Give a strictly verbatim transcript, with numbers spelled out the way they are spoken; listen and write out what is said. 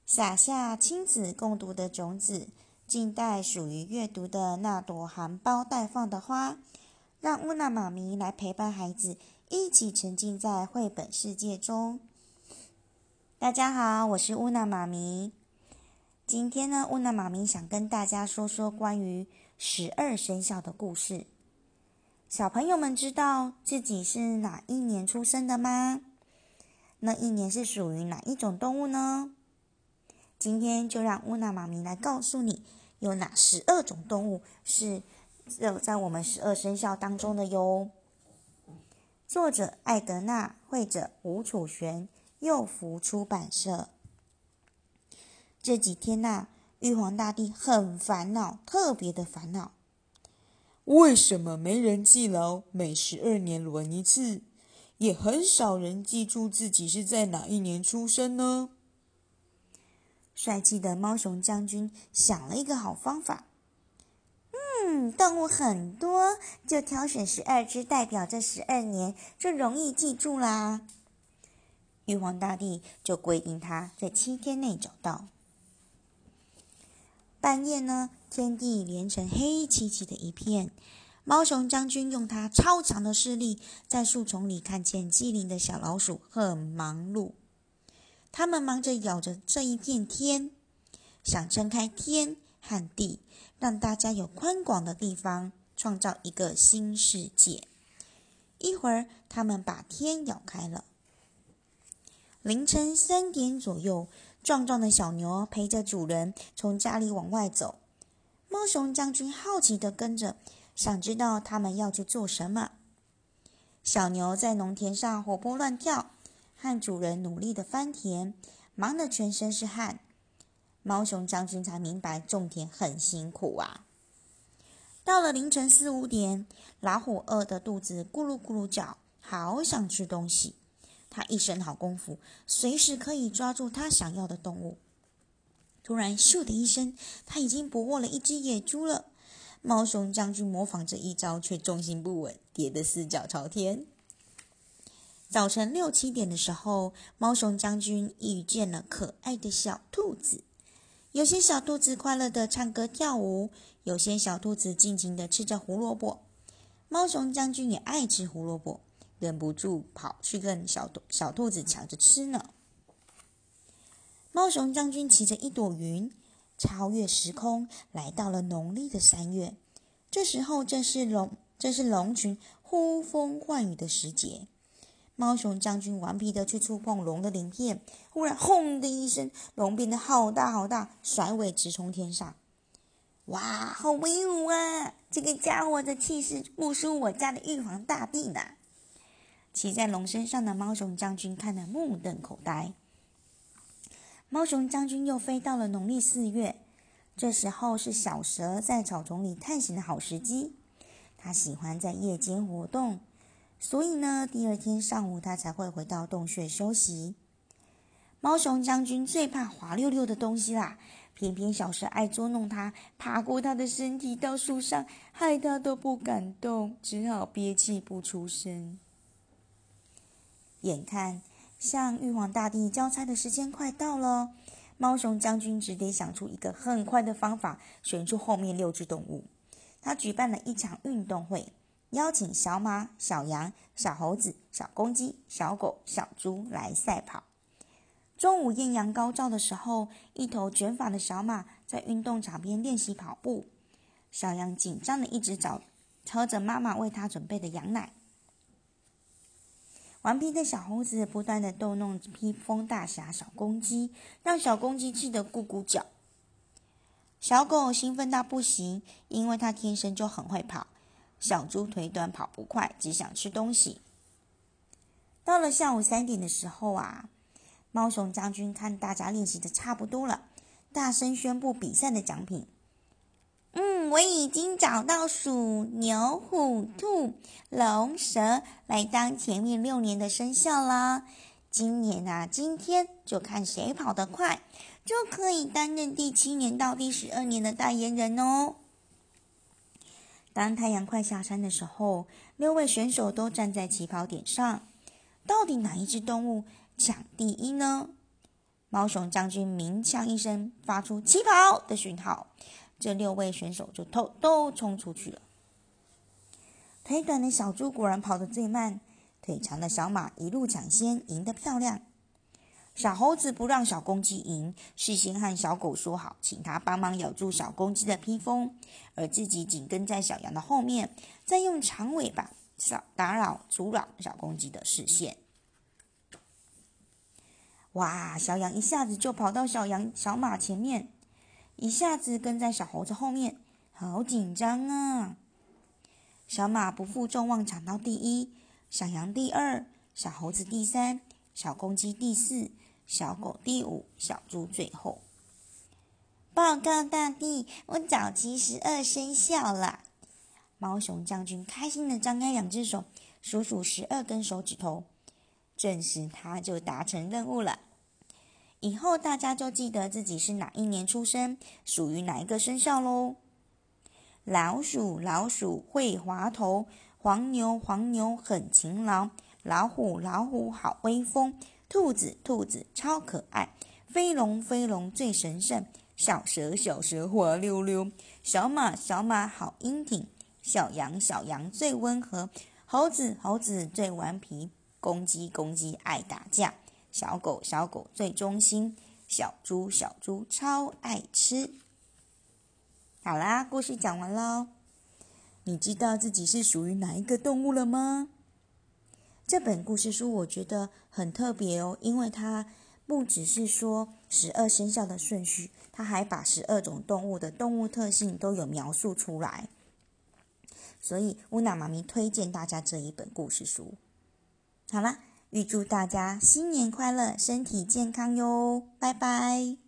撒下亲子共读的种子，静待属于阅读的那朵含苞待放的花。让乌娜妈咪来陪伴孩子，一起沉浸在绘本世界中。大家好，我是乌娜妈咪。今天呢，乌娜妈咪想跟大家说说关于十二生肖的故事。小朋友们知道自己是哪一年出生的吗？那一年是属于哪一种动物呢？今天就让乌娜妈咪来告诉你，有哪十二种动物是在我们十二生肖当中的哟。作者艾德娜，绘者吴楚璇，幼福出版社。这几天呐、啊，玉皇大帝很烦恼，特别的烦恼。 为什么没人记牢每十二年轮一次，也很少人记住自己是在哪一年出生呢？ 帅气的猫熊将军想了一个好方法。嗯，动物很多，就挑选十二只代表这十二年，就容易记住啦。玉皇大帝就规定他在七天内找到。半夜呢，天地连成黑漆漆的一片。猫熊将军用他超强的视力，在树丛里看见机灵的小老鼠很忙碌。他们忙着咬着这一片天，想撑开天和地，让大家有宽广的地方，创造一个新世界。一会儿，他们把天咬开了。凌晨三点左右，壮壮的小牛陪着主人从家里往外走。猫熊将军好奇地跟着，想知道他们要去做什么。小牛在农田上活泼乱跳，和主人努力地翻田，忙得全身是汗。猫熊将军才明白种田很辛苦啊。到了凌晨四五点，老虎饿得肚子咕噜咕噜叫，好想吃东西。他一身好功夫，随时可以抓住他想要的动物。突然，咻的一声，他已经捕获了一只野猪了。猫熊将军模仿这一招，却重心不稳，跌得四脚朝天。早晨六七点的时候，猫熊将军遇见了可爱的小兔子。有些小兔子快乐地唱歌跳舞，有些小兔子尽情地吃着胡萝卜。猫熊将军也爱吃胡萝卜，忍不住跑去跟小小兔子抢着吃呢。猫熊将军骑着一朵云，超越时空，来到了农历的三月。这时候正是龙，正是龙群呼风唤雨的时节。猫熊将军顽皮地去触碰龙的鳞片，忽然轰的一声，龙变得好大好大，甩尾直冲天上。哇，好威武啊！这个家伙的气势不输我家的玉皇大帝呢。骑在龙身上的猫熊将军看得目瞪口呆。猫熊将军又飞到了农历四月，这时候是小蛇在草丛里探险的好时机。他喜欢在夜间活动，所以呢，第二天上午他才会回到洞穴休息。猫熊将军最怕滑溜溜的东西啦，偏偏小蛇爱捉弄他，爬过他的身体到树上，害他都不敢动，只好憋气不出声。眼看向玉皇大帝交差的时间快到了，猫熊将军只得想出一个很快的方法，选出后面六只动物。他举办了一场运动会，邀请小马、小羊、小猴子、小公鸡、小狗、小猪来赛跑。中午艳阳高照的时候，一头卷发的小马在运动场边练习跑步，小羊紧张的一直找喝着妈妈为它准备的羊奶。顽皮的小猴子不断地逗弄披风大侠小公鸡，让小公鸡气得咕咕叫。小狗兴奋到不行，因为它天生就很会跑。小猪腿短跑不快，只想吃东西。到了下午三点的时候啊，猫熊将军看大家练习的差不多了，大声宣布比赛的奖品。嗯，我已经找到鼠、牛、虎、兔、龙、蛇来当前面六年的生肖啦。今年啊，今天就看谁跑得快，就可以担任第七年到第十二年的代言人哦。当太阳快下山的时候，六位选手都站在起跑点上。到底哪一只动物抢第一呢？ 猫熊将军鸣枪一声，发出起跑的讯号，这六位选手就都都冲出去了。腿短的小猪果然跑得最慢，腿长的小马一路抢先，赢得漂亮。小猴子不让小公鸡赢，事先和小狗说好，请他帮忙咬住小公鸡的披风，而自己紧跟在小羊的后面，再用长尾巴少打扰阻扰小公鸡的视线。哇！小羊一下子就跑到小羊小马前面，一下子跟在小猴子后面，好紧张啊！小马不负众望抢到第一，小羊第二，小猴子第三，小公鸡第四，小狗第五，小猪最后。报告大帝，我找齐十二生肖了！猫熊将军开心地张开两只手，数数十二根手指头，证实他就达成任务了。以后大家就记得自己是哪一年出生，属于哪一个生肖咯。老鼠老鼠会滑头，黄牛黄牛很勤劳，老虎老虎好威风，兔子兔子超可爱，飞龙飞龙最神圣，小蛇小蛇滑溜溜，小马小马好英挺，小羊小羊最温和，猴子猴子最顽皮，公鸡公鸡爱打架，小狗小狗最忠心，小猪小猪超爱吃。好啦，故事讲完咯。你知道自己是属于哪一个动物了吗？这本故事书我觉得很特别哦，因为它不只是说十二生肖的顺序，它还把十二种动物的动物特性都有描述出来。所以乌娜妈咪推荐大家这一本故事书。好啦，预祝大家新年快乐，身体健康哟，拜拜。